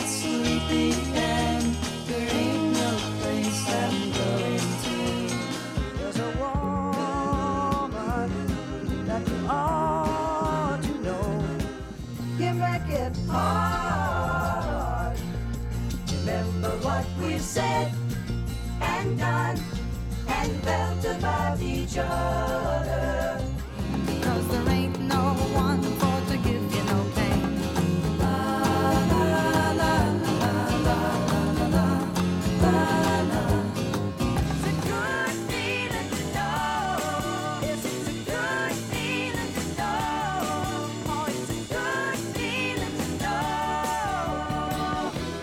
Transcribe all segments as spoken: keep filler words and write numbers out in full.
sleepy and there ain't no place I'm going to. There's a woman that you ought to know. You make it hard. Remember what we've said and done and felt about each other. Cause there ain't no one for to give you no pain. La la la la la la la la. It's a good feeling to know. It's a good feeling to know. Oh, it's a good feeling to know.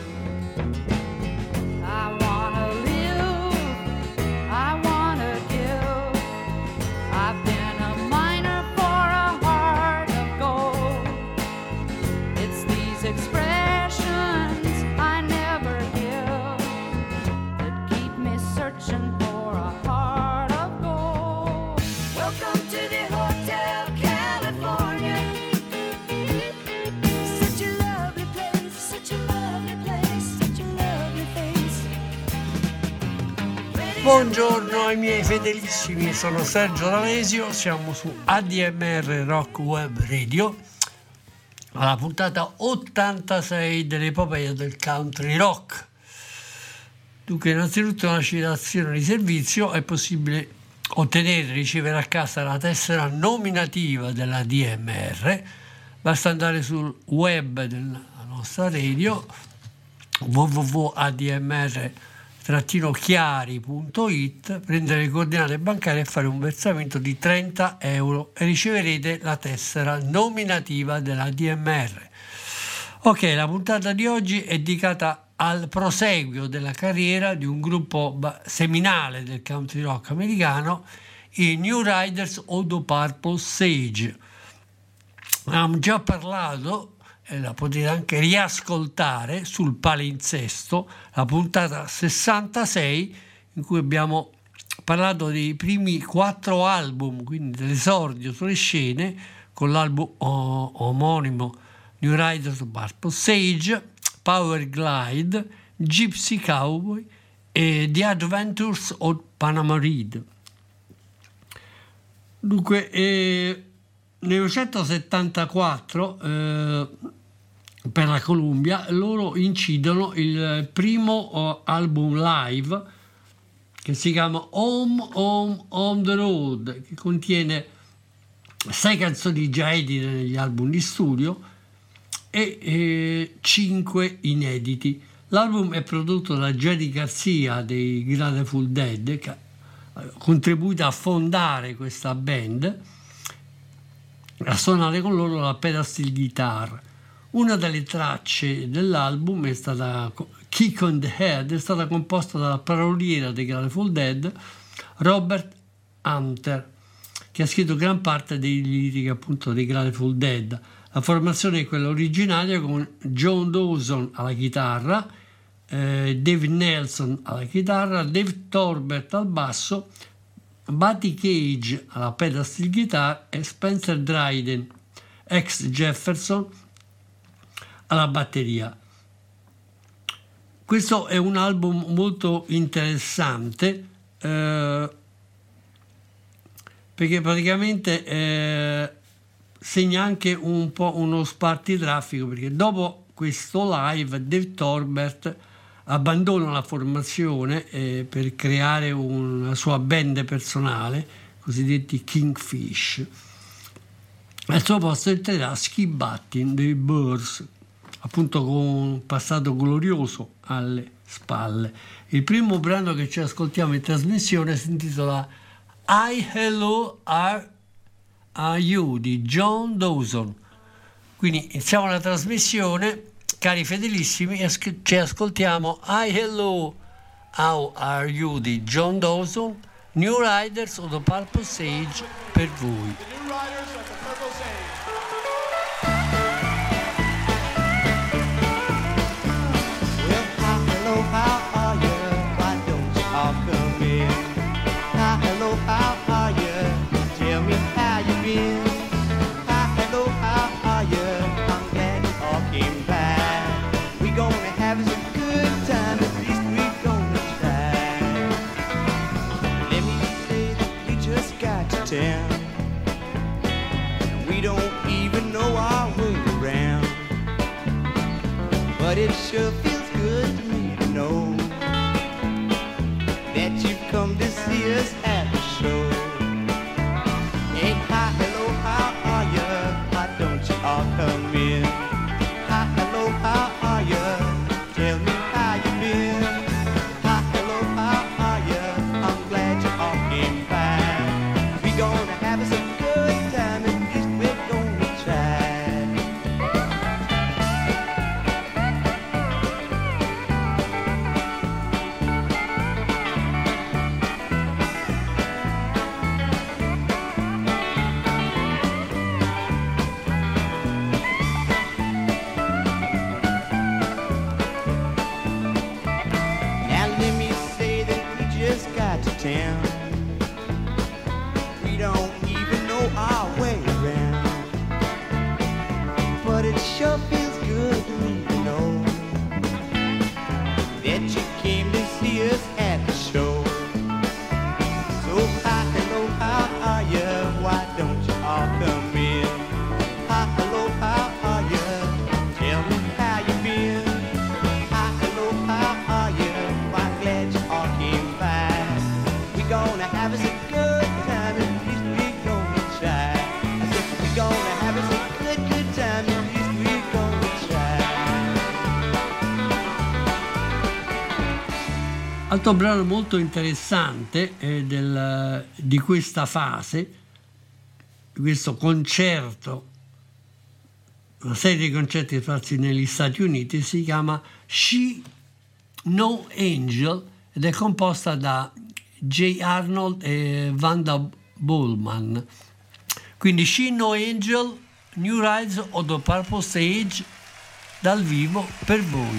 I wanna live, I wanna give. I've been a miner for a heart of gold. It's these expressions I never give that keep me searching for a heart of gold. Welcome to the Hotel California. Such a lovely place, such a lovely place, such a lovely face. Buongiorno ai miei fedelissimi, sono Sergio D'Alesio, siamo su A D M R Rock Web Radio, alla puntata ottantasei dell'epopeia del country rock. Dunque, innanzitutto una citazione di servizio: è possibile ottenere e ricevere a casa la tessera nominativa della A D M R, basta andare sul web della nostra radio w w w punto a d m r chiari punto it, prendere le coordinate bancarie e fare un versamento di trenta euro e riceverete la tessera nominativa della A D M R. Ok, la puntata di oggi è dedicata al proseguio della carriera di un gruppo ba- seminale del country rock americano, i New Riders of the Purple Sage. Abbiamo già parlato, e la potete anche riascoltare sul palinsesto, la puntata sessantasei, in cui abbiamo parlato dei primi quattro album, quindi dell'esordio sulle scene, con l'album o- omonimo New Riders of Purple Sage, Power Glide, Gypsy Cowboy e The Adventures of Panama Reed. Dunque, eh, nel millenovecentosettantaquattro, eh, per la Columbia, loro incidono il primo oh, album live che si chiama Home, Home, On the Road, che contiene sei canzoni già edite negli album di studio e eh, cinque inediti. L'album è prodotto da Jerry Garcia dei Grateful Dead, che ha contribuito a fondare questa band, a suonare con loro la pedal steel guitar. Una delle tracce dell'album è stata Kick on the Head, è stata composta dal paroliera dei Grateful Dead, Robert Hunter, che ha scritto gran parte dei lirici appunto dei Grateful Dead. La formazione è quella originaria, con John Dawson alla chitarra, eh, Dave Nelson alla chitarra, Dave Torbert al basso, Buddy Cage alla pedal steel guitar e Spencer Dryden, ex Jefferson, alla batteria. Questo è un album molto interessante, eh, perché praticamente eh, segna anche un po' uno spartitraffico, perché dopo questo live Dave Torbert abbandona la formazione eh, per creare una sua band personale, cosiddetti Kingfish. Al suo posto entrerà Skip Buttin dei Birds, appunto con un passato glorioso alle spalle. Il primo brano che ci ascoltiamo in trasmissione si intitola I Hello Are, Are You di John Dawson. Quindi iniziamo la trasmissione, cari fedelissimi, e ci ascoltiamo I Hello How Are You di John Dawson, New Riders of the Purple Sage per voi. Gonna sure feels good to me to know that you've come to see us at the show. Hey, hi, hello, how are you? Why don't you all come in? Hi, hello, how are you? Tell me how you been. Hi, hello, how are you? I'm glad you all came by. We gonna have us a good time, at least we're gonna try. Town. We don't even know our way around, but it sure feels good to me to know that you came to see us at the show. So hi, hello, how are you? Why don't you all come in? Hi, hello, how are you? Tell me how you been. Hi, hello, how are you? Why glad you all came by. Gonna have us a good time, at least we're gonna try. I said we're gonna have us a good, good time, at least we're gonna try. Altro brano molto interessante eh, del, di questa fase, di questo concerto, una serie di concerti fatti negli Stati Uniti, si chiama She No Angel ed è composta da Jay Arnold e Wanda Bullman. Quindi She No Angel, New Rise of the Purple Sage dal vivo per voi.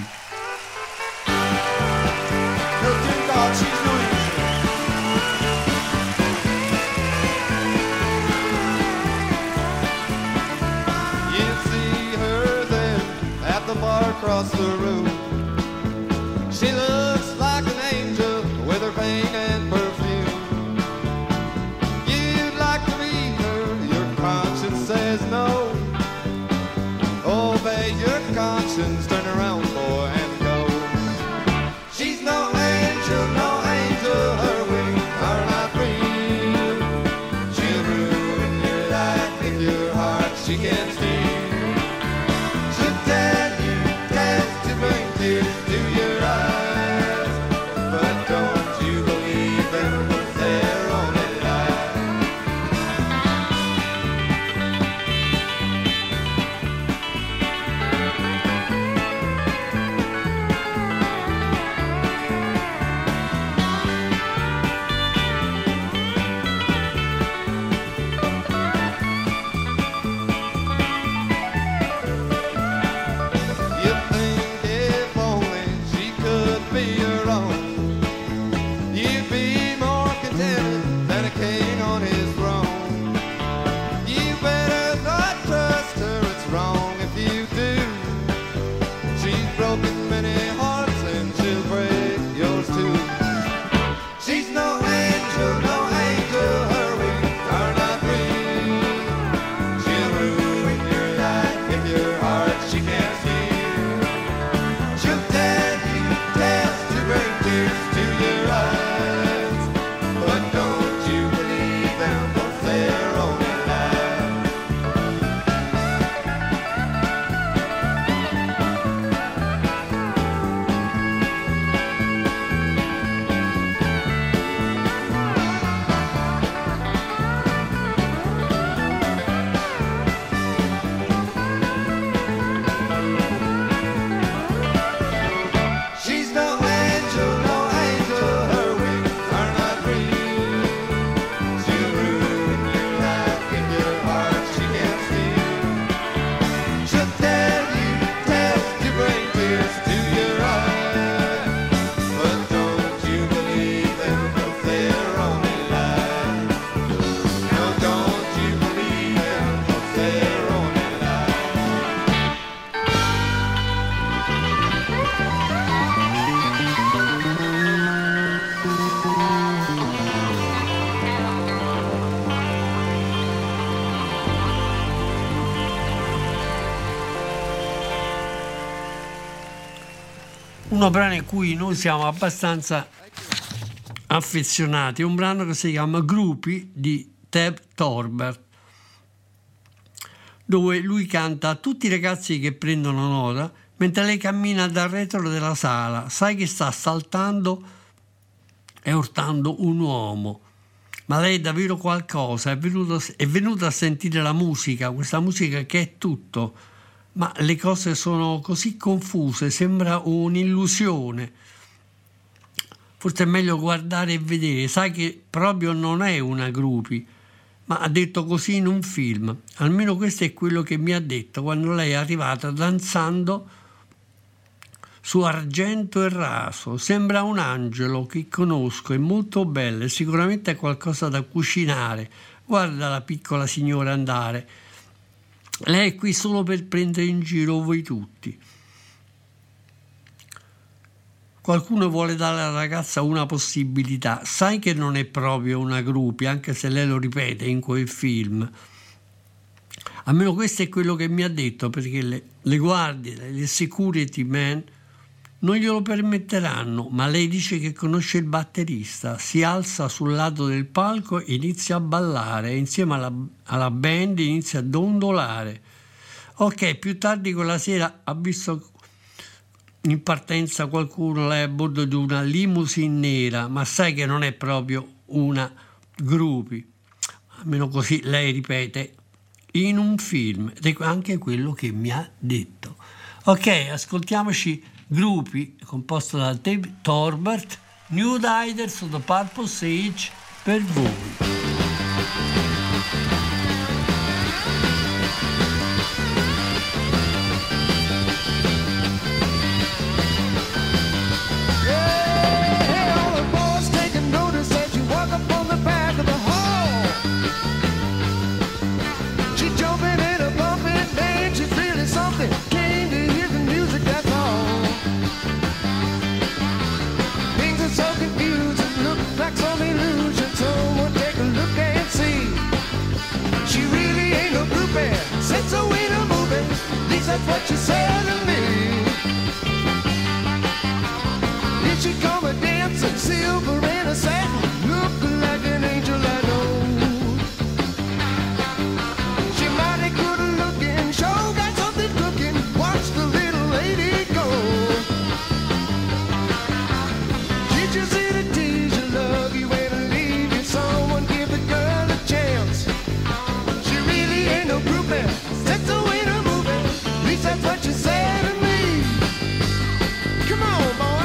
You'd see her there at the bar across the room. She looks like an angel with her paint and perfume. You'd like to be her, your conscience says no. Obey your conscience, turn around, boy, and go. She's no angel, no angel, her wings are not free. She'll ruin your life if your heart she can't steal. She'll tell you, dance to bring uno brano in cui noi siamo abbastanza affezionati, è un brano che si chiama Groupie di Tab Torbert, dove lui canta a tutti i ragazzi che prendono nota mentre lei cammina dal retro della sala, sai che sta saltando e urtando un uomo, ma lei è davvero qualcosa, è venuto, è venuta a sentire la musica, questa musica che è tutto, ma le cose sono così confuse, sembra un'illusione. Forse è meglio guardare e vedere, sai che proprio non è una groupie, ma ha detto così in un film. Almeno questo è quello che mi ha detto quando lei è arrivata danzando su argento e raso. Sembra un angelo che conosco, è molto bella e sicuramente è qualcosa da cucinare. Guarda la piccola signora andare. Lei è qui solo per prendere in giro voi tutti. Qualcuno vuole dare alla ragazza una possibilità. Sai che non è proprio una groupie, anche se lei lo ripete in quel film. Almeno questo è quello che mi ha detto, perché le, le guardie, le security man non glielo permetteranno, ma lei dice che conosce il batterista, si alza sul lato del palco e inizia a ballare, e insieme alla, alla band inizia a dondolare. Ok, più tardi quella sera ha visto in partenza qualcuno lei a bordo di una limousine nera, ma sai che non è proprio una groupie, almeno così lei ripete in un film, ed è anche quello che mi ha detto. Ok, ascoltiamoci Groupie, composto da Tab Torbert, New Riders of the Purple Sage per voi. That's what you said to me. Did she come a dancing silver in a satin, looking like an angel I know? She mighty good looking, sure got something cooking. Watch the little lady go. Did you see the tease you love you and leave you? Someone give the girl a chance. She really ain't no groupie. That's the way to move it. That's what you said to me. Come on, boy.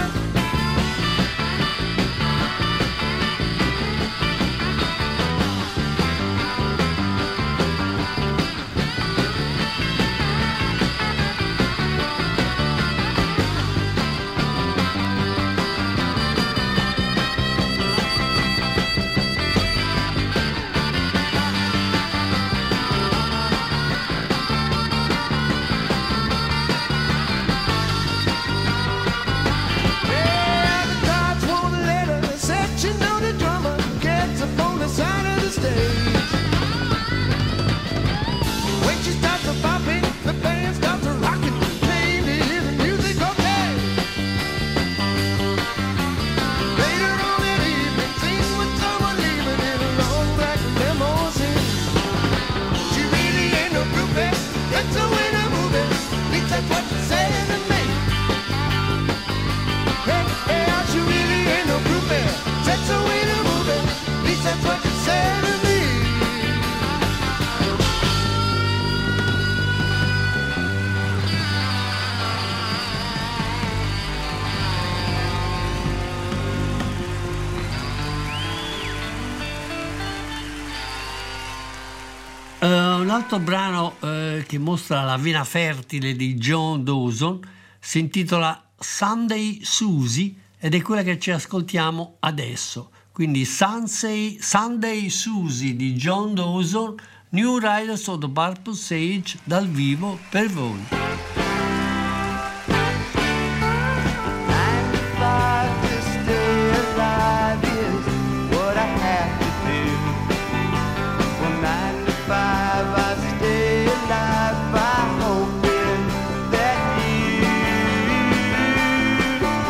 Un altro brano eh, che mostra la vena fertile di John Dawson si intitola Sunday Susie ed è quella che ci ascoltiamo adesso. Quindi Sunday, Sunday Susie di John Dawson, New Riders of the Purple Sage dal vivo per voi. Alive, I hope that you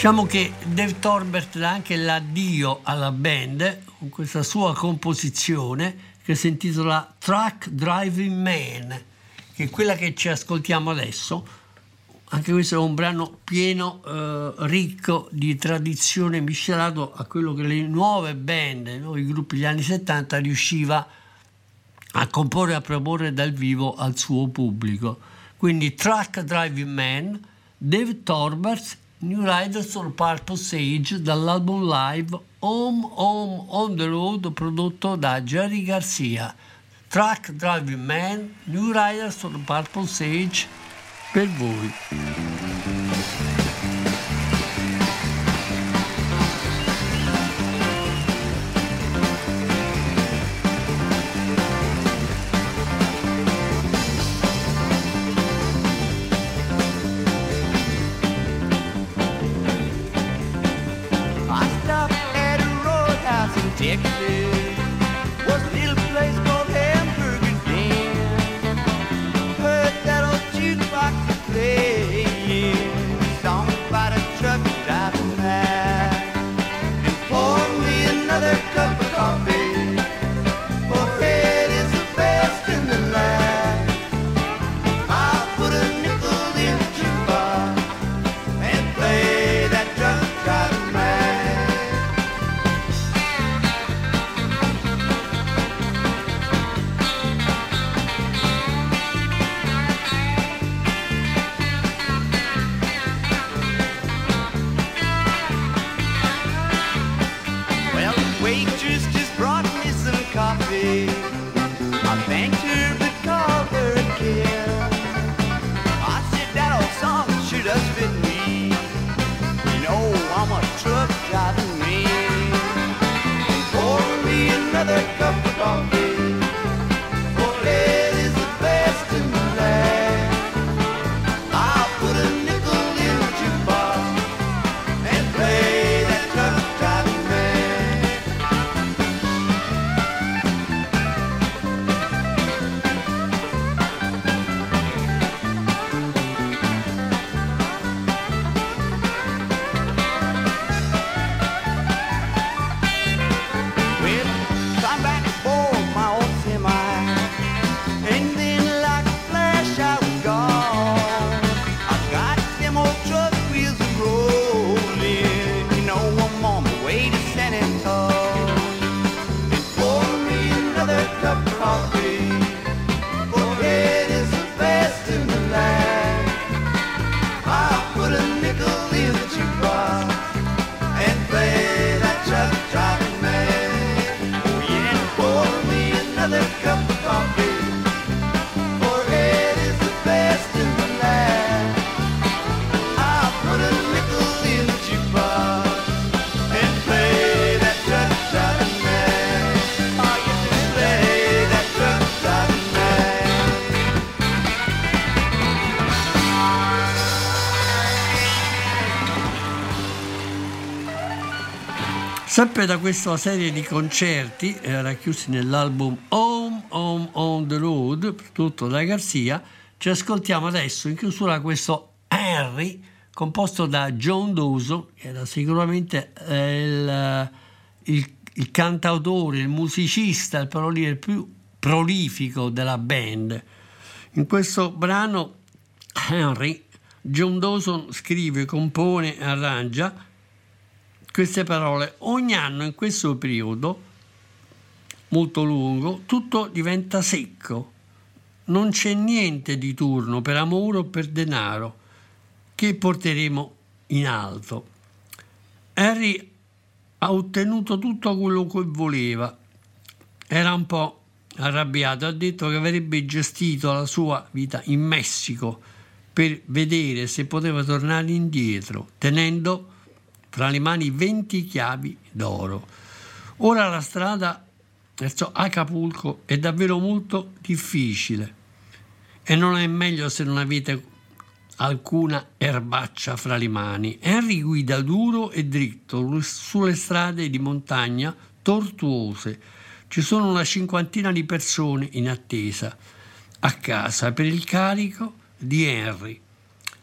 Diciamo che Dave Torbert dà anche l'addio alla band con questa sua composizione che si intitola Truck Driving Man, che è quella che ci ascoltiamo adesso. Anche questo è un brano pieno, eh, ricco di tradizione, miscelato a quello che le nuove band, i nuovi gruppi degli anni settanta riusciva a comporre e a proporre dal vivo al suo pubblico. Quindi Truck Driving Man, Dave Torbert, New Riders on Purple Sage, dall'album live Home Home on the Road prodotto da Jerry Garcia. Truck Driving Man, New Riders on Purple Sage per voi. Texas was a little place called Hamburger Den. Heard that old jukebox playing song about a truck driving by, and poured me another cup of coffee. For it is the best in the land. I'll put a nickel in the jukebox and play that truck driving man. Waitress just brought me some coffee. I thanked her but called her again. I said that old song sure does fit me. You know I'm a truck driving man. And pour me another cup of coffee. For it is the best in the land. I'll put a nickel in the jukebox and play that truck driving man. Sempre da questa serie di concerti eh, racchiusi nell'album Home Home on the Road, prodotto da Garcia, ci ascoltiamo adesso in chiusura questo Henry, composto da John Dawson, che era sicuramente eh, il, il, il cantautore, il musicista, il paroliere più prolifico della band. In questo brano Henry, John Dawson scrive, compone e arrangia queste parole: ogni anno in questo periodo molto lungo tutto diventa secco, non c'è niente di turno per amore o per denaro che porteremo in alto. Harry ha ottenuto tutto quello che voleva, era un po' arrabbiato, ha detto che avrebbe gestito la sua vita in Messico per vedere se poteva tornare indietro, tenendo tra le mani venti chiavi d'oro. Ora la strada verso Acapulco è davvero molto difficile e non è meglio se non avete alcuna erbaccia fra le mani. Henry guida duro e dritto sulle strade di montagna tortuose. Ci sono una cinquantina di persone in attesa a casa per il carico di Henry.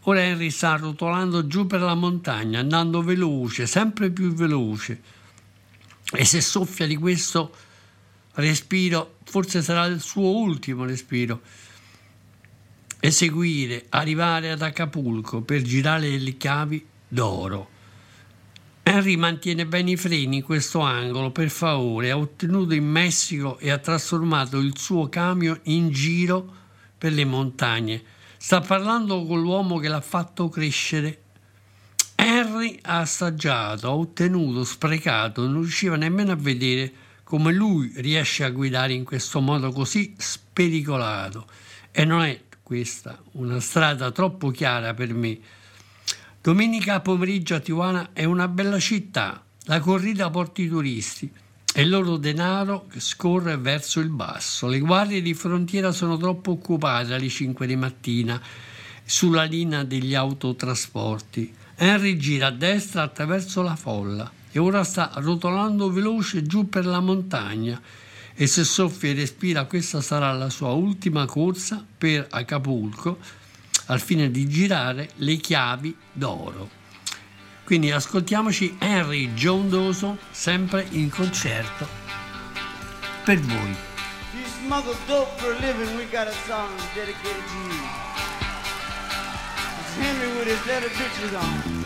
Ora Henry sta rotolando giù per la montagna, andando veloce, sempre più veloce. E se soffia di questo respiro, forse sarà il suo ultimo respiro. Eseguire, arrivare ad Acapulco per girare le chiavi d'oro. Henry mantiene bene i freni in questo angolo, per favore. Ha ottenuto in Messico e ha trasformato il suo camion in giro per le montagne. Sta parlando con l'uomo che l'ha fatto crescere. Henry ha assaggiato, ha ottenuto, sprecato, non riusciva nemmeno a vedere come lui riesce a guidare in questo modo così spericolato. E non è questa una strada troppo chiara per me. Domenica pomeriggio a Tijuana è una bella città, la corrida porta i turisti e il loro denaro che scorre verso il basso. Le guardie di frontiera sono troppo occupate alle cinque di mattina sulla linea degli autotrasporti. Henry gira a destra attraverso la folla e ora sta rotolando veloce giù per la montagna e se soffia e respira questa sarà la sua ultima corsa per Acapulco al fine di girare le chiavi d'oro. Quindi ascoltiamoci Henry Jondoso sempre in concerto per voi. You smuggle dope for a living, we got a song dedicated to you. It's Henry with his leather pictures on.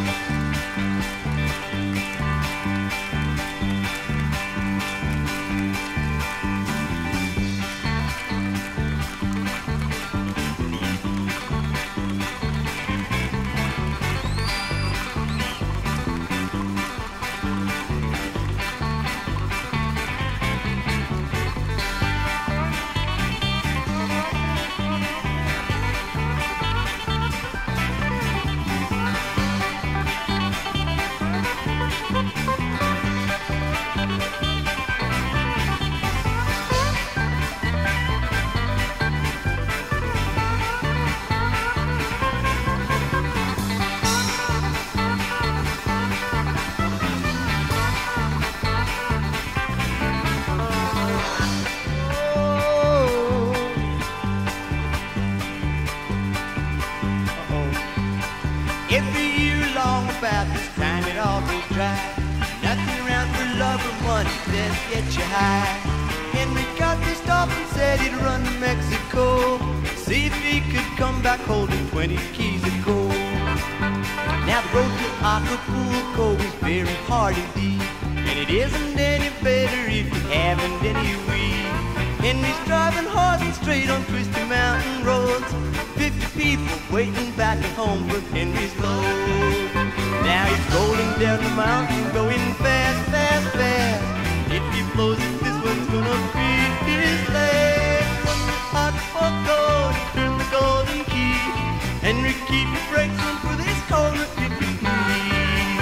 Every year along about this time it all goes dry. Nothing around for love or money that get you high. Henry got pissed off and said he'd run to Mexico, see if he could come back holding twenty keys of gold. Now the road to Acapulco is very hard indeed, and it isn't any better if you haven't any weed. Henry's driving hard and straight on twisty mountain roads, fifty people waiting back at home for Henry's load. Now he's rolling down the mountain, going fast, fast, fast. If he blows it, this one's gonna be his last. From the Acapulco to turn the golden key, Henry, keep your brakes on for this corner if you please.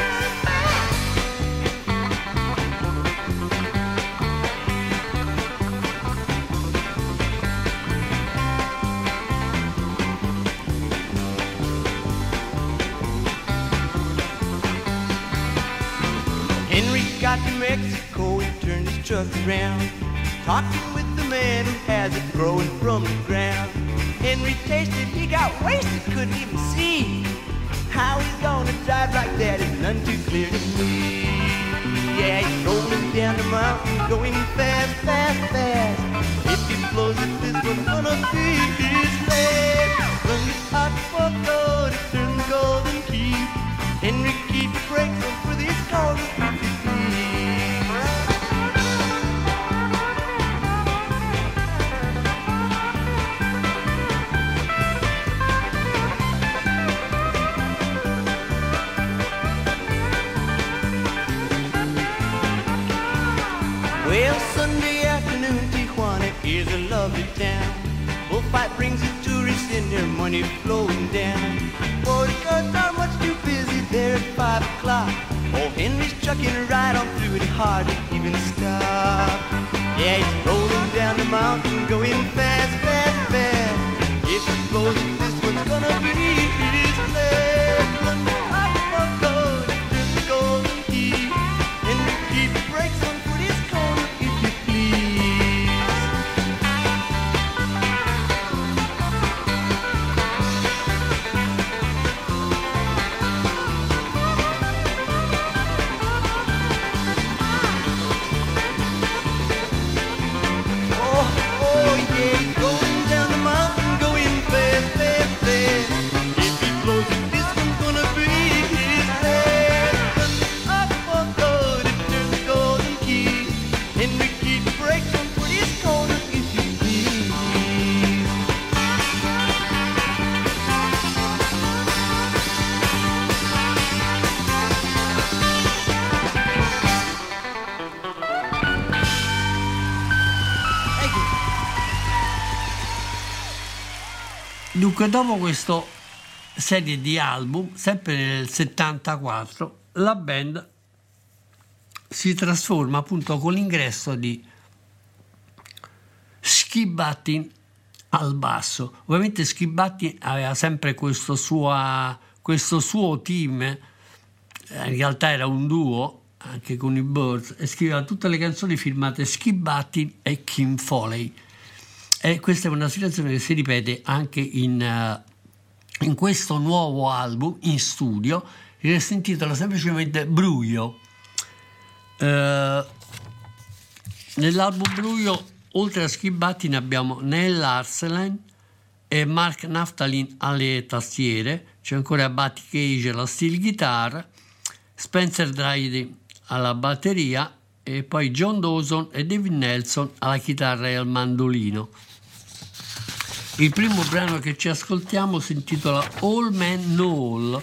Henry got to Mexico and turned his truck around, talking with the man who has it growing from the ground. Henry tasted, he got wasted, couldn't even see how he's gonna drive like that, it's none too clear to me. Yeah, he's rolling down the mountain, going fast, fast, fast. If he blows it, this one's gonna be his last. From the Acapulco to turn the golden key, Henry, keep your brakes on for these corners if you please. Well, Sunday afternoon, Tijuana is a lovely town. Bullfight brings the tourists in, their money flowing down. Bodyguards are much too busy there at five o'clock. Old Henry's trucking right on through it, hard to even stop. Yeah, he's rolling down the mountain, going fast, fast, fast. If he blows it, this one's gonna be his last. From the Acapulco to the golden key, Henry, keep the brakes on for this corner if you please. Dunque, dopo questa serie di album, sempre nel settantaquattro, la band si trasforma appunto con l'ingresso di Skip Battin al basso. Ovviamente Skip Battin aveva sempre questo, sua, questo suo team, in realtà era un duo anche con i Birds, e scriveva tutte le canzoni firmate Skip Battin e Kim Foley. E questa è una situazione che si ripete anche in, uh, in questo nuovo album in studio, che si intitola semplicemente Bruio. Uh, nell'album Bruio, oltre a Skip Battin, abbiamo Nell Arselan e Mark Naftalin alle tastiere, c'è ancora Buddy Cage alla steel guitar, Spencer Dryden alla batteria e poi John Dawson e David Nelson alla chitarra e al mandolino. Il primo brano che ci ascoltiamo si intitola Old Man Knoll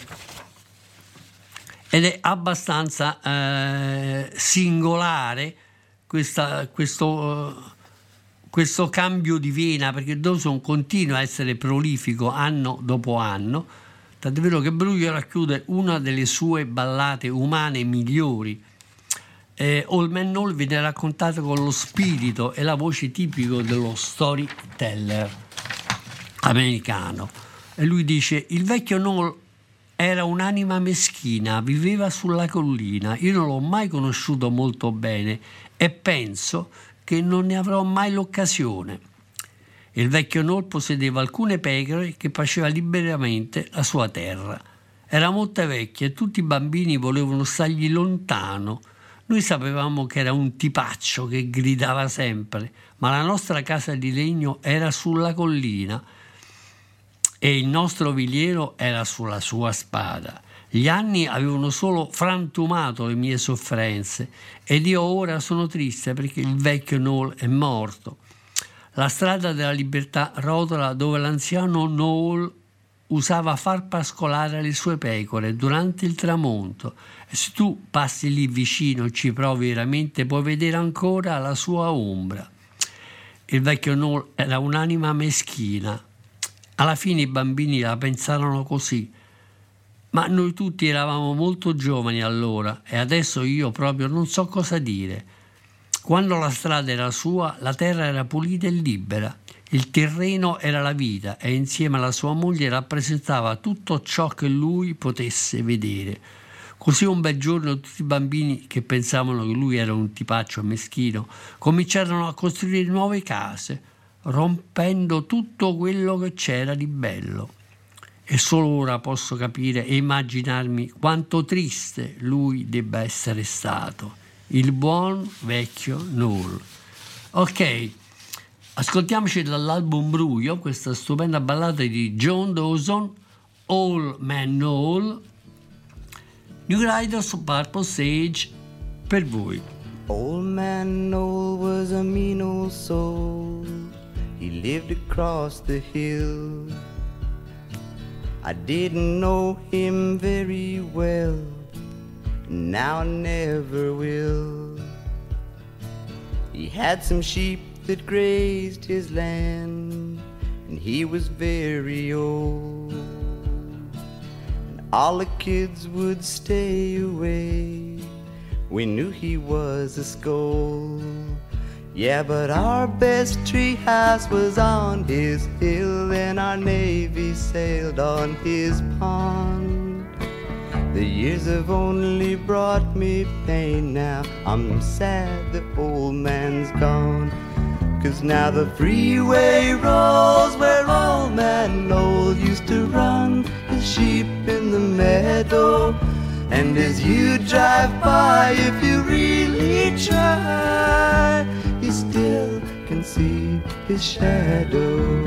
ed è abbastanza eh, singolare questa, questo, questo cambio di vena, perché Dawson continua a essere prolifico anno dopo anno, tant'è vero che Bruio racchiude una delle sue ballate umane migliori. Eh, Old Man Knoll viene raccontato con lo spirito e la voce tipico dello storyteller americano, e lui dice: il vecchio Knoll era un'anima meschina, viveva sulla collina, io non l'ho mai conosciuto molto bene e penso che non ne avrò mai l'occasione. Il vecchio Knoll possedeva alcune pecore che faceva liberamente la sua terra, era molto vecchia e tutti i bambini volevano stargli lontano. Noi sapevamo che era un tipaccio che gridava sempre, ma la nostra casa di legno era sulla collina e il nostro viliero era sulla sua spada. Gli anni avevano solo frantumato le mie sofferenze ed io ora sono triste perché il vecchio Knoll è morto. La strada della libertà rotola dove l'anziano Knoll usava far pascolare le sue pecore durante il tramonto, e se tu passi lì vicino e ci provi veramente puoi vedere ancora la sua ombra. Il vecchio Knoll era un'anima meschina. Alla fine i bambini la pensarono così, ma noi tutti eravamo molto giovani allora e adesso io proprio non so cosa dire. Quando la strada era sua, la terra era pulita e libera, il terreno era la vita e insieme alla sua moglie rappresentava tutto ciò che lui potesse vedere. Così un bel giorno tutti i bambini che pensavano che lui era un tipaccio meschino cominciarono a costruire nuove case, rompendo tutto quello che c'era di bello. E solo ora posso capire e immaginarmi quanto triste lui debba essere stato, il buon vecchio Knoll. Ok, ascoltiamoci dall'album Bruio questa stupenda ballata di John Dawson, Old Man Knoll, New Riders su Purple Sage per voi. Old Man Knoll was a mean old soul. He lived across the hill. I didn't know him very well, now I never will. He had some sheep that grazed his land, and he was very old. And all the kids would stay away, we knew he was a scold. Yeah, but our best treehouse was on his hill, and our navy sailed on his pond. The years have only brought me pain now, I'm sad the old man's gone. Cause now the freeway rolls where Old Man Knoll used to run his sheep in the meadow. And as you drive by, if you really try, you still can see his shadow.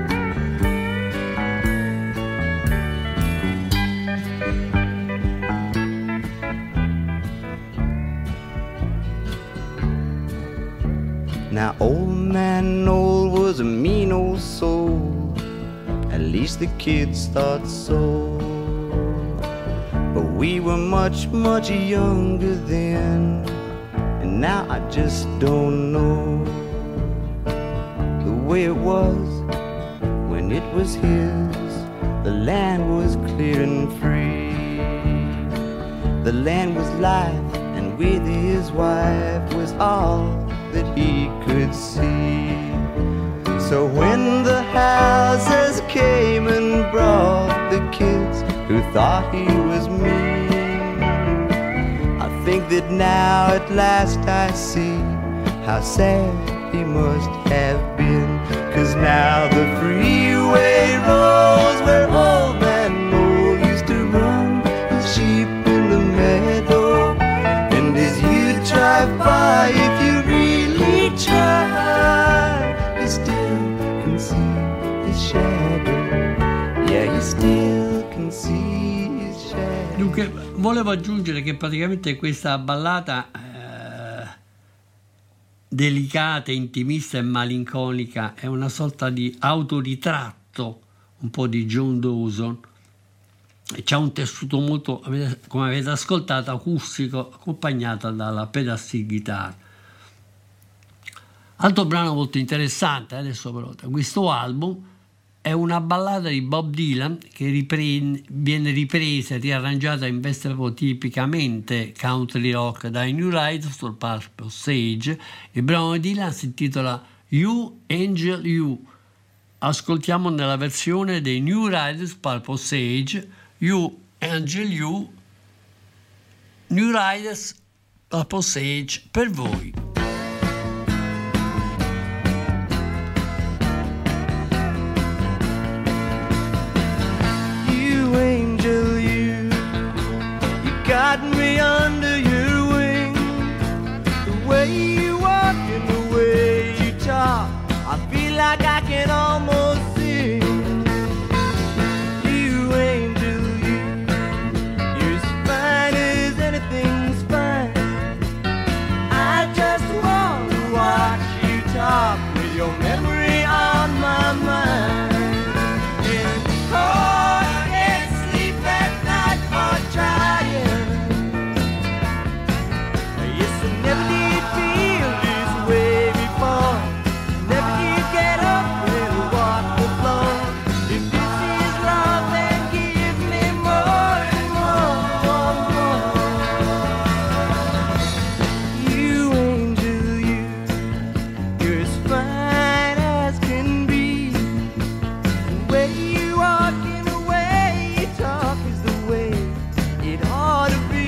Now Old Man Knoll was a mean old soul, at least the kids thought so. But we were much, much younger then, and now I just don't know the way it was when and it was his. The land was clear and free. The land was life, and with his wife was all that he could see. So when the houses came and brought the kids who thought he was mean, I think that now at last I see how sad he must have been. 'Cause now the freeway rolls where old man Mole used to run his sheep in the meadow. And as you drive by, if you really try, you still can see his shadow. Yeah, you still can see his shadow. Dunque, volevo aggiungere che praticamente questa ballata delicata, intimista e malinconica è una sorta di autoritratto un po' di John Dawson, e c'ha un tessuto molto, come avete ascoltato, acustico, accompagnata dalla pedal steel guitar. Altro brano molto interessante adesso però da questo album è una ballata di Bob Dylan che ripre- viene ripresa e riarrangiata in veste proprio tipicamente country rock dai New Riders sul Purple Sage. Il brano di Dylan si intitola You Angel You. Ascoltiamo nella versione dei New Riders Purple Sage, You Angel You, New Riders Purple Sage per voi. Got me under your wing. The way you walk and the way you talk, I feel like I can almost sing. You angel, you, you're as fine as anything's fine. I just want to watch you talk with your memory on my mind. And oh, I can't sleep at night for trying. Never did feel this way before. Never did get up and walk the floor. If this is love, then give me more and more, more, more. You angel, you, you're as fine as can be. The way you walk and the way you talk is the way it ought to be.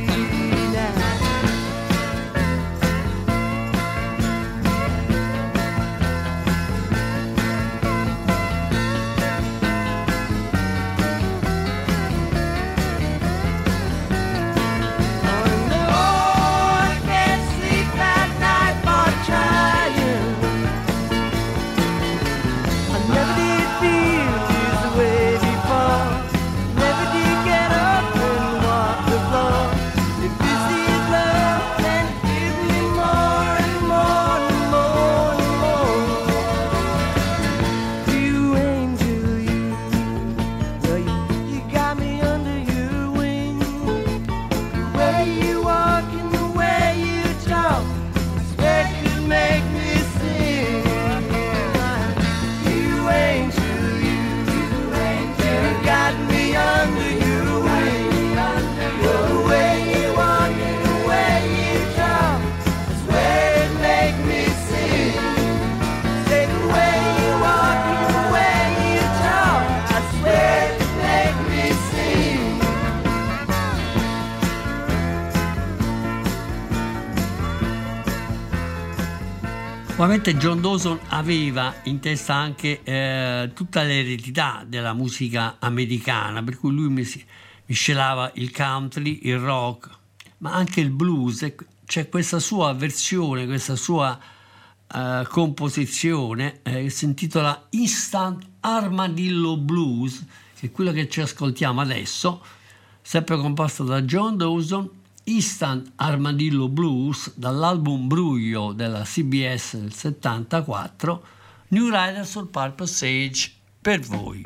Ovviamente John Dawson aveva in testa anche eh, tutta l'eredità della musica americana, per cui lui mis- miscelava il country, il rock, ma anche il blues. C'è questa sua versione, questa sua eh, composizione eh, che si intitola Instant Armadillo Blues, che è quello che ci ascoltiamo adesso, sempre composto da John Dawson. Instant Armadillo Blues dall'album Bruglio della C B S del settantaquattro, New Riders sul Purple Sage per voi.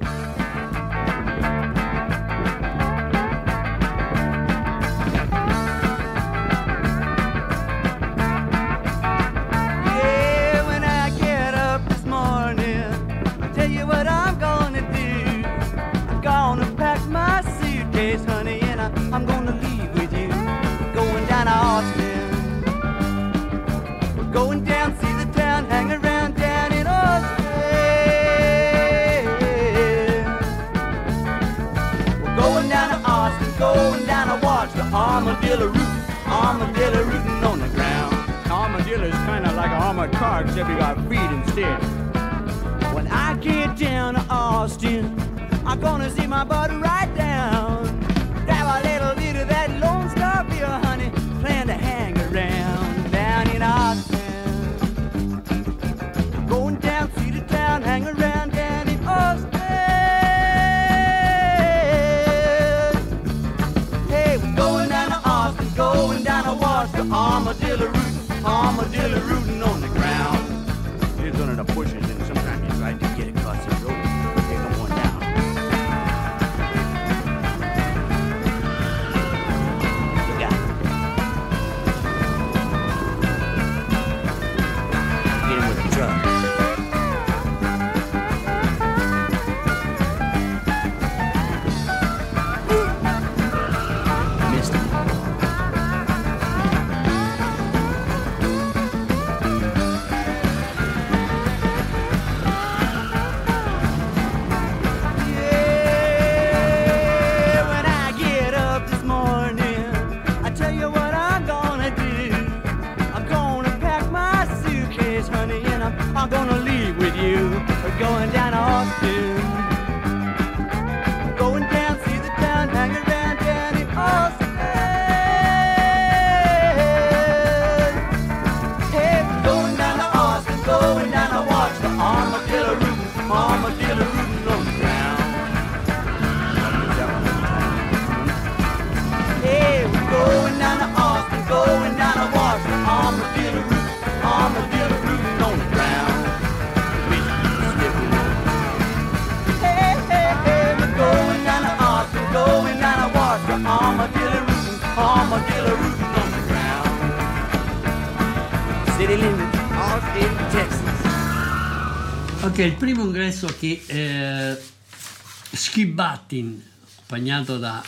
Yeah, when I get up this morning, I tell you what I'm gonna armadillo rooting on the ground. Armadillo is kind of like an armored car, except you got feet instead. When I get down to Austin, I'm gonna see my buddy right down. Grab a little bit of that Lone Star beer, honey, plan to hang around down in Austin. Going down, see the town, hang around down in Austin. Hey, we're going down to Austin, going down to watch the armadillo rooting, armadillo rooting on the ground. He's one of the bushes, and sometimes he's right to get across the road. Take him one down. You got it. Get him with the truck. Missed him. Yeah, when I get up this morning, I tell you what I'm gonna do. I'm gonna pack my suitcase, honey, and I'm, I'm gonna leave with you. We're going down to Austin. Going down, see the town, hang around down in Austin. Hey, we're going down to Austin, going down to watch the armadillo rooting, armadillo rooting on the ground. Hey, we're going down to Austin, going down to watch the armadillo rooting, armadillo rooting on the ground. Hey, hey, hey, we're going down to Austin, going down to watch the armadillo rooting, armadillo rooting on the ground. City limits, Austin, Texas. Ok, il primo ingresso che eh, Skip Buttin, accompagnato da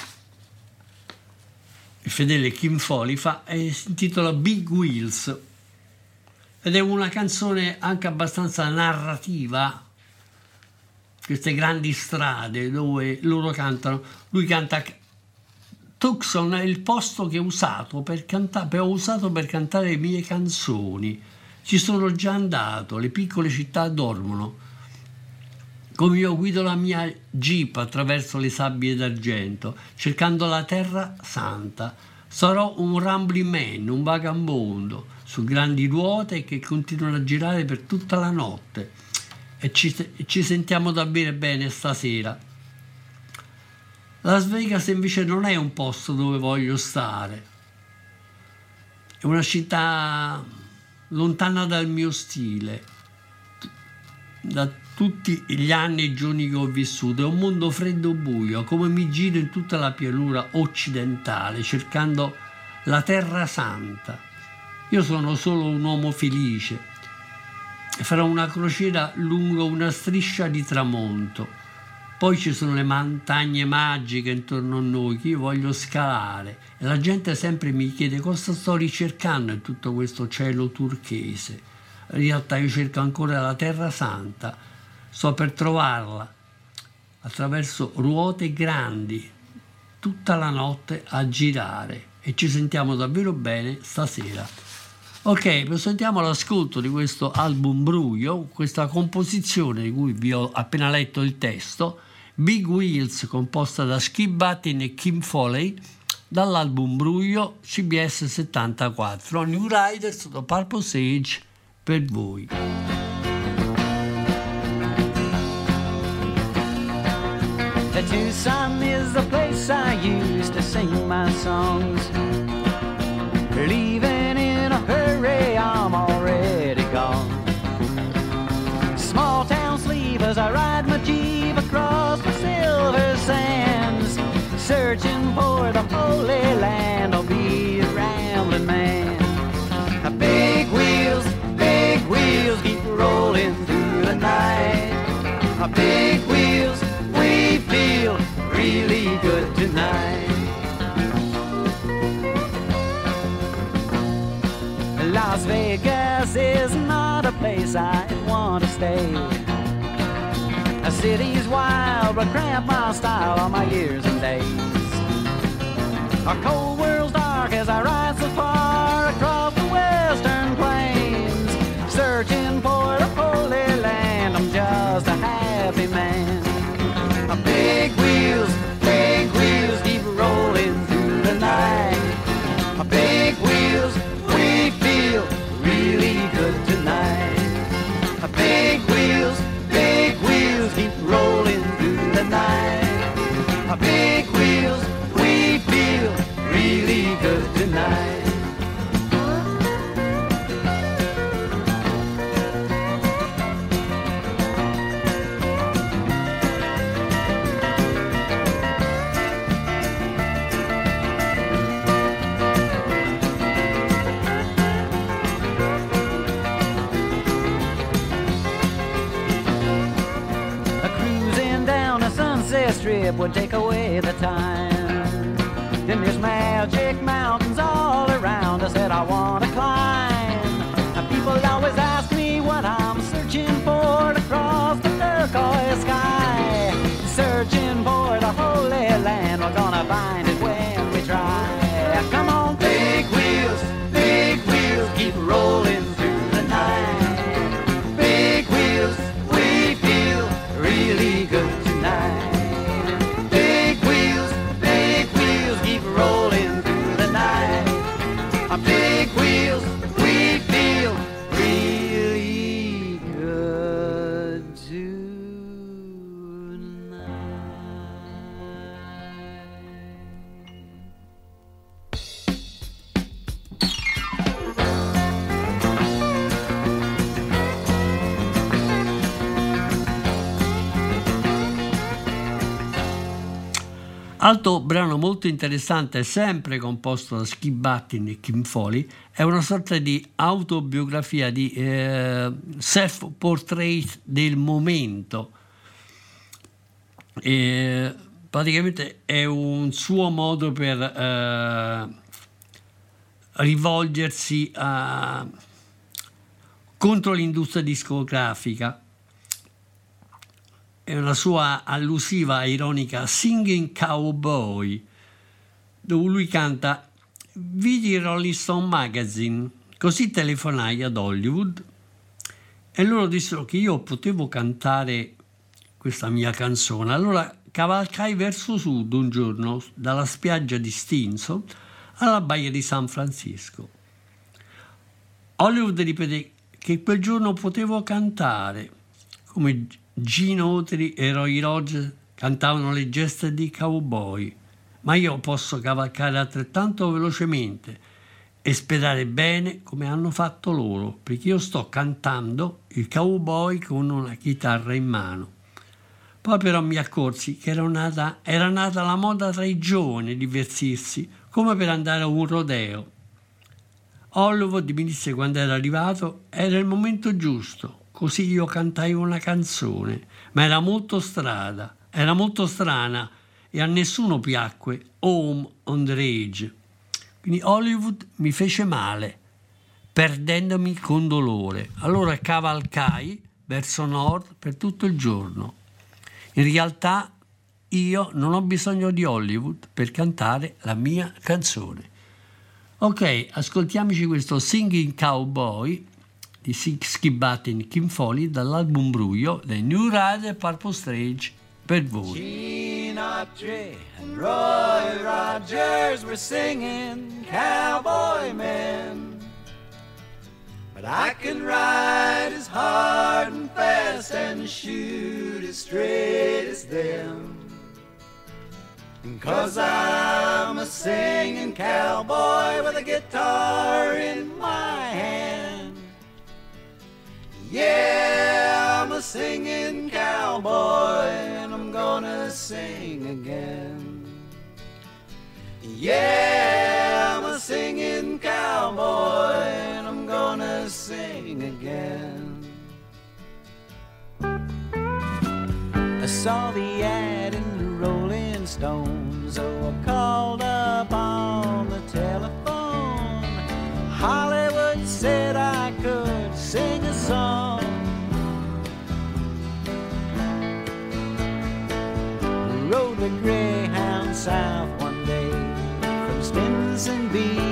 il fedele Kim Foley, fa, eh, si intitola Big Wheels ed è una canzone anche abbastanza narrativa, queste grandi strade dove loro cantano, lui canta Tucson è il posto che ho usato per cantare, ho usato per cantare le mie canzoni. Ci sono già andato, le piccole città dormono. Come io guido la mia jeep attraverso le sabbie d'argento, cercando la terra santa. Sarò un rambling man, un vagabondo, su grandi ruote che continuano a girare per tutta la notte. E ci, e ci sentiamo davvero bene stasera. Las Vegas invece non è un posto dove voglio stare. È una città lontana dal mio stile, da tutti gli anni e giorni che ho vissuto. È un mondo freddo e buio, come mi giro in tutta la pianura occidentale, cercando la terra santa. Io sono solo un uomo felice e farò una crociera lungo una striscia di tramonto. Poi ci sono le montagne magiche intorno a noi che io voglio scalare e la gente sempre mi chiede cosa sto ricercando in tutto questo cielo turchese. In realtà io cerco ancora la Terra Santa, sto per trovarla attraverso ruote grandi tutta la notte a girare e ci sentiamo davvero bene stasera. Ok, proseguiamo l'ascolto di questo album Bruio, questa composizione di cui vi ho appena letto il testo, Big Wheels, composta da Skip Buttin e Kim Foley, dall'album Bruio C B S settantaquattro, New Riders da Purple Sage per voi. Tucson is the place I used to sing my songs. Leaving in a hurry, I'm already gone. Small town sleepers, I ride my Jeep across the silver sands, searching for the Holy Land. I'll be a rambling man. Big wheels, big wheels keep rolling through the night. Big wheels, we feel really good tonight. Las Vegas is not a place I want to stay. A city's wild, but cramp my style all my years and days. Our cold world's dark dark as I ride so far across the western plains, searching for the Holy Land. I'm just a happy man. Big wheels, big wheels keep rolling through the night. Big wheels, we feel really good tonight. Big wheels, big wheels keep rolling through the night. Big wheels, we feel really good tonight. Strip would take away the time. Then there's magic mountains all around. I said I want to climb. And people always ask me what I'm searching for across the turquoise sky. Searching for the Holy Land. We're gonna find it when we try. Come on, big wheels, big wheels keep rolling through the night. Big wheels, we feel really good tonight. Rolling through the night. Our big wheels, we feel really good tonight. Altro brano molto interessante, sempre composto da Skip Battin e Kim Foley, è una sorta di autobiografia, di eh, self-portrait del momento. E praticamente è un suo modo per eh, rivolgersi a, contro l'industria discografica. È una sua allusiva, ironica Singing Cowboy, dove lui canta: vidi il Rolling Stone Magazine, così telefonai ad Hollywood e loro dissero che io potevo cantare questa mia canzone. Allora cavalcai verso sud un giorno dalla spiaggia di Stinson alla baia di San Francisco. Hollywood ripeté che quel giorno potevo cantare come Gene Autry e Roy Rogers cantavano le gesta di cowboy, ma io posso cavalcare altrettanto velocemente e sperare bene come hanno fatto loro, perché io sto cantando il cowboy con una chitarra in mano. Poi però mi accorsi che era nata, era nata la moda tra i giovani di vestirsi come per andare a un rodeo. Hollywood mi disse quando era arrivato era il momento giusto. Così io cantai una canzone, ma era molto strana, era molto strana e a nessuno piacque, Home on the Range. Quindi Hollywood mi fece male, perdendomi con dolore. Allora cavalcai verso nord per tutto il giorno. In realtà io non ho bisogno di Hollywood per cantare la mia canzone. Ok, ascoltiamoci questo Singing Cowboy di Skip Battin e Kim Foley dall'album Bruio, The New Rider Purple Strange, per voi. Gene Autry and Roy Rogers were singing Cowboy Men, but I can ride as hard and fast and shoot as straight as them, 'cause I'm a singing cowboy with a guitar in my hand. Yeah, I'm a singing cowboy and I'm gonna sing again. Yeah, I'm a singing cowboy and I'm gonna sing again. I saw the ad in the Rolling Stone, so I called up on the telephone. Hollywood said I could sing a song. Rode the Greyhound south one day from Stinson Beach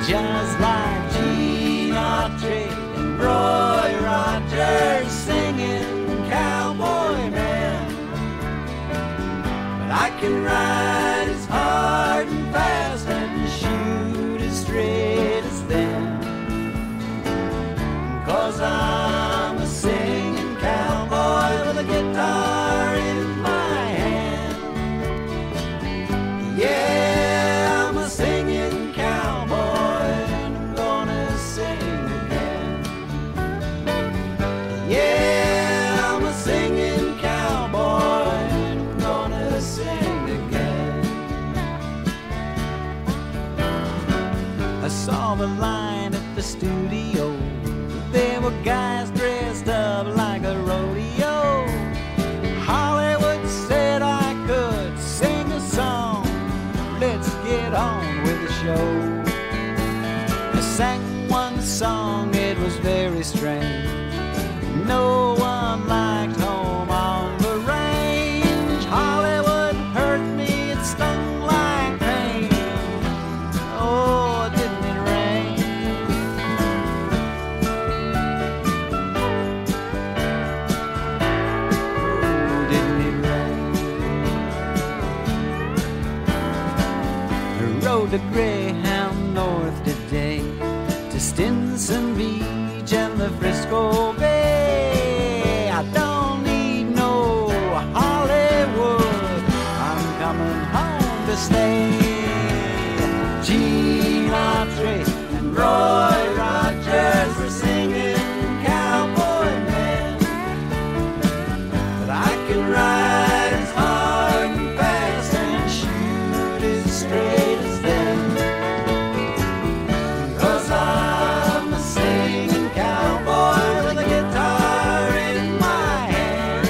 just like Gene Autry and Roy Rogers singing Cowboy Man. But I can ride as hard and fast and shoot as straight as them, 'cause I'm a singing cowboy with a guitar in my hand. Yeah, I'm a singing cowboy and I'm gonna sing again. Yeah, I'm a singing cowboy and I'm gonna sing again. I saw the line at the studio. There were guys dressed up like a rodeo. Hollywood said I could sing a song. Let's get on with the show. I sang one song, it was very strange. No one liked Home on the Range. Hollywood hurt me, it stung like pain. Oh, didn't it rain? Oh, didn't it rain? I rode the Greyhound north today to Stinson Beach and the Frisco Bay. I don't need no Hollywood, I'm coming home to stay. Gene Autry and Roy Rogers were singing Cowboy Man. But I can ride as hard and fast and shoot as straight as them, 'cause I'm a singing cowboy with a guitar in my hand.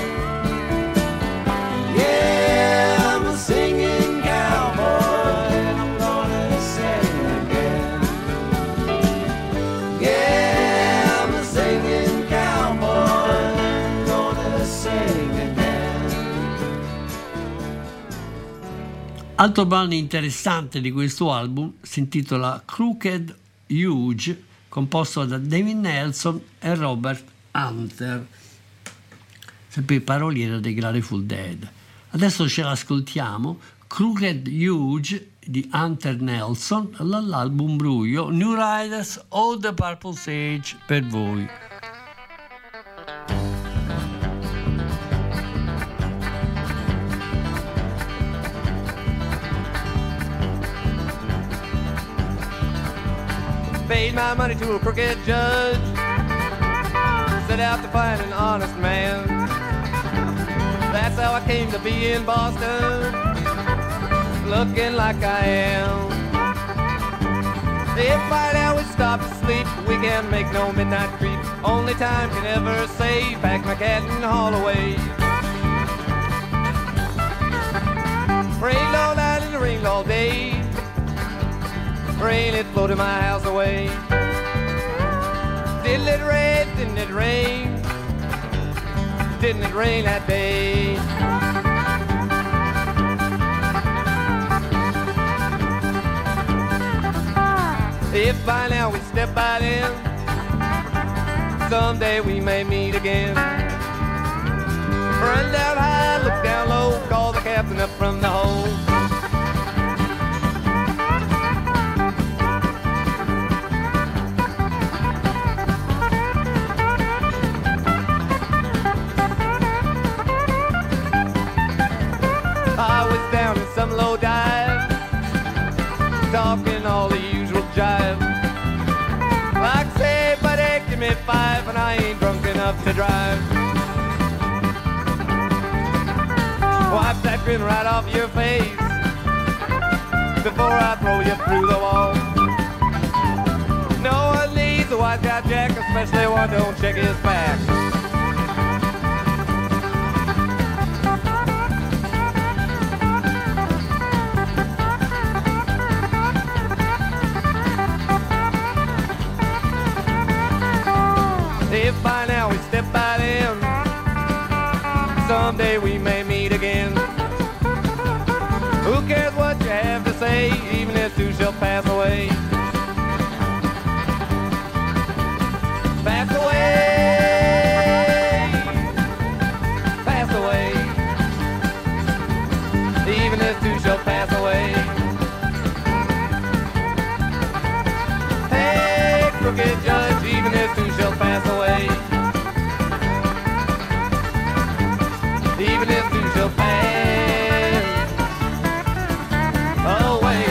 Yeah, I'm a singing cowboy and I'm gonna sing again. Yeah, I'm a singing cowboy and I'm gonna sing again. Altro brano interessante di questo album si intitola Crooked Huge, composto da David Nelson e Robert Hunter, sempre il paroliere dei Grateful Dead. Adesso ce l'ascoltiamo, Crooked Huge di Hunter Nelson, dall'album Bruio, New Riders of the Purple Sage, per voi. Paid my money to a crooked judge, set out to find an honest man. That's how I came to be in Boston, looking like I am. If by now we stop to sleep, we can't make no midnight creep. Only time can ever say, pack my cat and haul away. Rained all night and it rained all day. Rain, it floated my house away. Didn't it rain, didn't it rain? Didn't it rain that day? If by now we step right in, someday we may meet again. Run down high, look down low, call the captain up from the hold. I was down in some low dive, talking all the usual jive. Like say, buddy, give me five and I ain't drunk enough to drive. Wipe that grin right off your face before I throw you through the wall. No one needs a white guy jack, especially one don't check his back. If by now we step right in, someday we may meet again. Who cares what you have to say, even if two shall pass away? pass away, pass away. Even this too shall pass away. Hey, crooked judge, even this too shall pass away. Even this too shall pass away.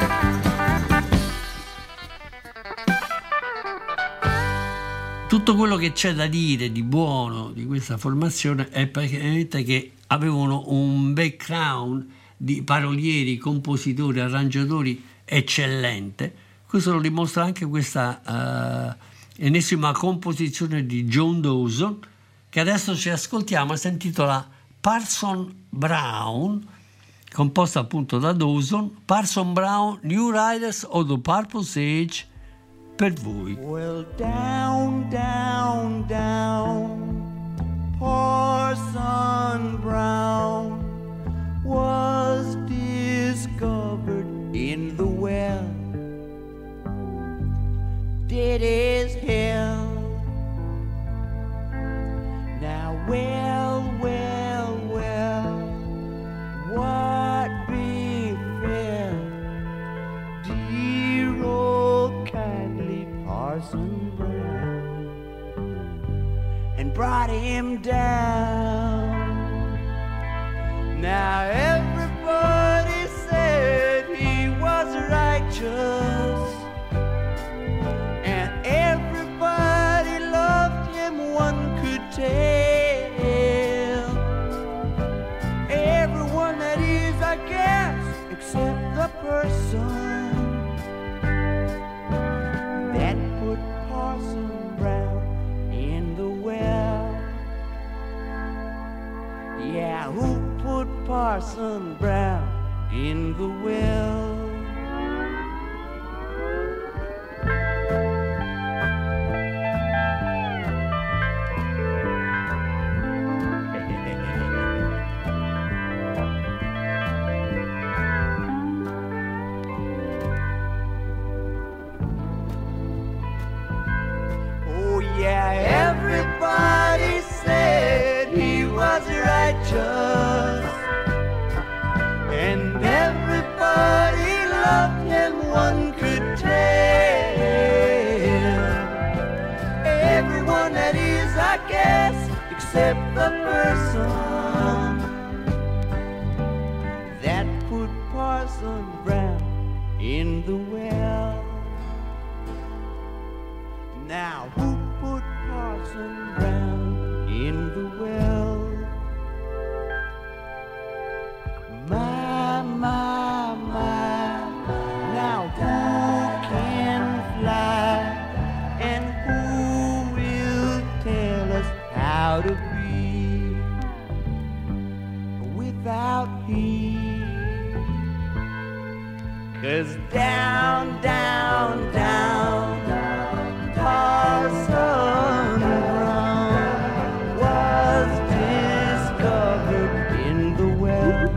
Tutto quello che c'è da dire di buono di questa formazione è praticamente che avevano un background di parolieri, compositori, arrangiatori eccellente. Questo lo dimostra anche questa uh, ennesima composizione di John Dawson, che adesso ci ascoltiamo, si intitola Parson Brown, composta appunto da Dawson. Parson Brown, New Riders of the Purple Sage, per voi. Well, down, down, down, Parson Brown was discovered in the well, dead as hell. Now, well, well, well, what befell dear old kindly Parson Brown and brought him down? Now everybody said he was righteous, and everybody loved him, one could tell. Everyone that is, I guess, except the person that put Parson Brown in the well. Yeah, who put Parson Brown in the well? Oh yeah, everybody said he was righteous, and everybody loved him, one could tell. Everyone that is, I guess, except the person that put Parson Brown in the well. Now, who put Parson Brown in the well? My, my, my, now who can fly, and who will tell us how to be without he? 'Cause down, down, down, Parson Brown was discovered in the well,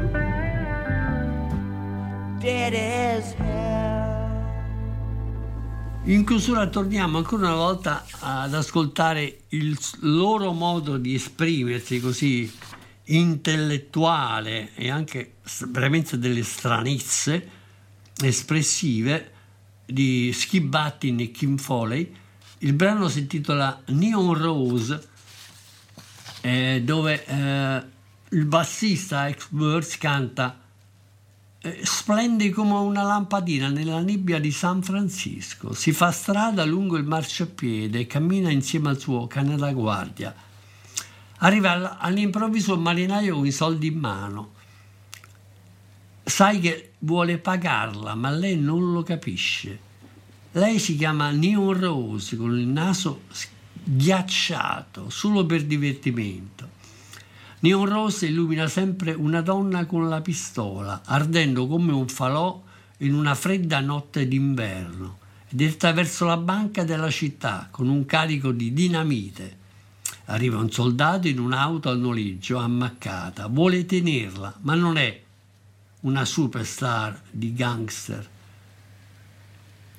dead as hell. In chiusura torniamo ancora una volta ad ascoltare il loro modo di esprimersi così intellettuale e anche veramente delle stranezze espressive di Skip Battin e Kim Foley. Il brano si intitola Neon Rose, eh, dove eh, il bassista Alex Burns canta eh, splende come una lampadina nella nebbia di San Francisco, si fa strada lungo il marciapiede e cammina insieme al suo cane da guardia. Arriva all'improvviso un marinaio con i soldi in mano, sai che vuole pagarla, ma lei non lo capisce. Lei si chiama Neon Rose, con il naso ghiacciato, solo per divertimento. Neon Rose illumina sempre una donna con la pistola, ardendo come un falò in una fredda notte d'inverno, e diretta verso la banca della città con un carico di dinamite. Arriva un soldato in un'auto al noleggio ammaccata, vuole tenerla, ma non è una superstar di gangster.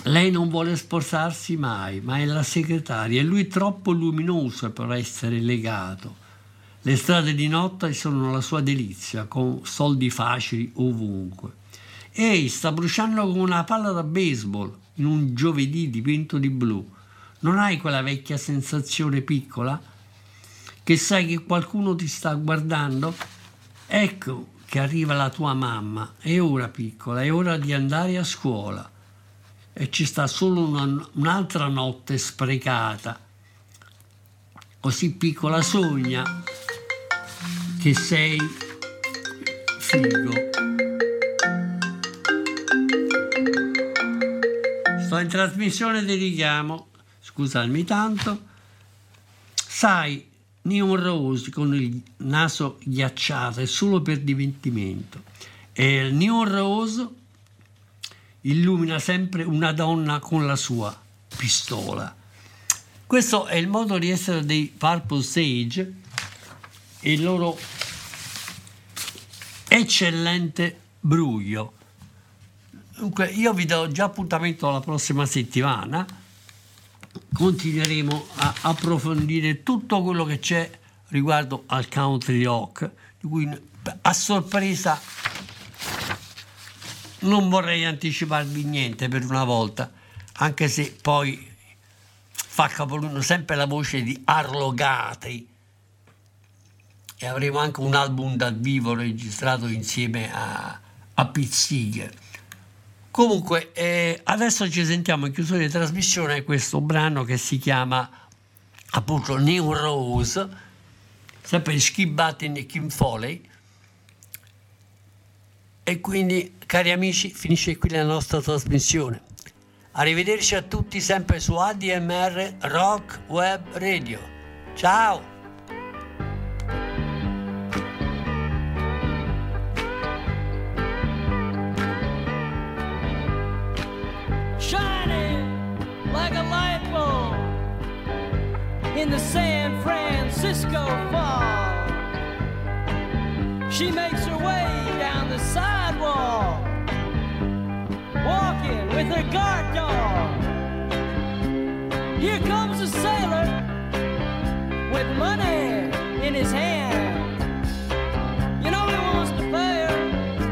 Lei non vuole sposarsi mai, ma è la segretaria e lui troppo luminoso per essere legato. Le strade di notte sono la sua delizia, con soldi facili ovunque. Ehi, sta bruciando come una palla da baseball in un giovedì dipinto di blu. Non hai quella vecchia sensazione piccola? Che sai che qualcuno ti sta guardando? Ecco che arriva la tua mamma. È ora, piccola, è ora di andare a scuola. E ci sta solo una, un'altra notte sprecata. Così piccola, sogna che sei figo. Sto in trasmissione di richiamo, scusami tanto. Sai, Neon Rose con il naso ghiacciato è solo per divertimento. E il Neon Rose illumina sempre una donna con la sua pistola. Questo è il modo di essere dei Purple Sage e il loro eccellente bruglio. Dunque, io vi do già appuntamento la prossima settimana. Continueremo a approfondire tutto quello che c'è riguardo al country rock, di cui a sorpresa non vorrei anticiparvi niente per una volta, anche se poi fa capolino sempre la voce di Arlo Guthrie e avremo anche un album dal vivo registrato insieme a, a Pete Seeger. Comunque eh, adesso ci sentiamo in chiusura di trasmissione questo brano che si chiama appunto Neon Rose, sempre di Skip Button e Kim Foley. E quindi, cari amici, finisce qui la nostra trasmissione. Arrivederci a tutti sempre su A D M R Rock Web Radio. Ciao! Shining like a light bulb in the San Francisco fall. She makes her way down the sidewalk, walking with her guard dog. Here comes a sailor with money in his hand. You know he wants to pay her,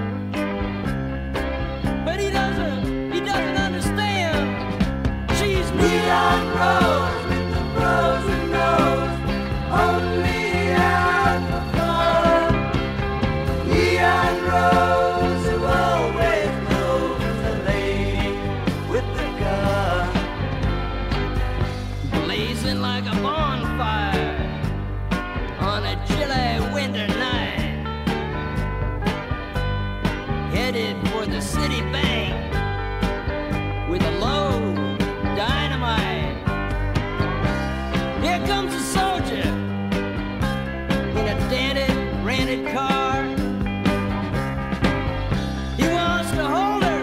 but he doesn't, he doesn't understand. She's neon rose with the frozen nose, only out for fun. Neon rose who always knows the lady with the gun, blazing like a bonfire on a chilly winter night, headed for the city bank with a load of dynamite. Here comes a soldier in a dented, rented car. He wants to hold her,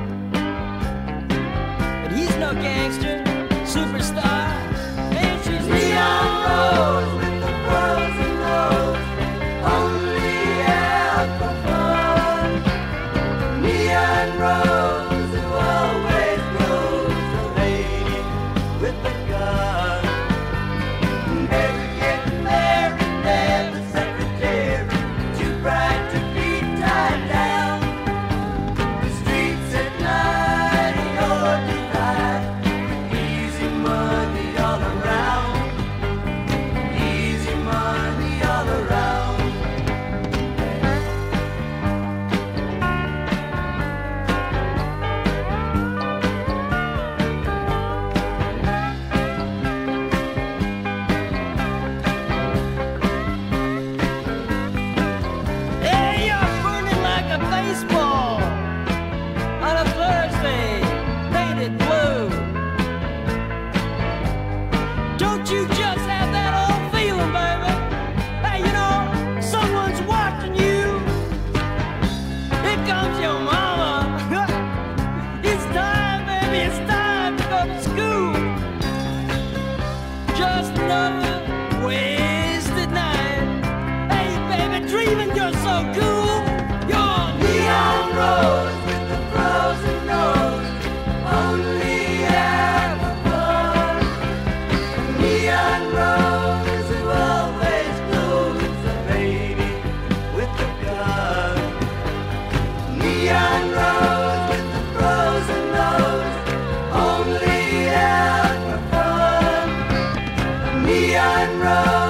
but he's no gangster, superstar. And she's neon rose with the frozen nose, only out for fun. Neon rose who always knows the lady with the gun. Never getting married, never secretary, too bright to be tied down. The streets at night in your divide, easy money all around, easy money all around. Hey, you're burning like a baseball on a Thursday, painted blue. Don't you just have that old feeling, baby? Hey, you know, someone's watching you. Here comes your mama. It's time, baby, it's time to go to school. Just another wasted night. Hey, baby, dreaming you're so cool. You're neon rose with the frozen nose, only Neon roads with the frozen roads, only out for fun. Neon roads.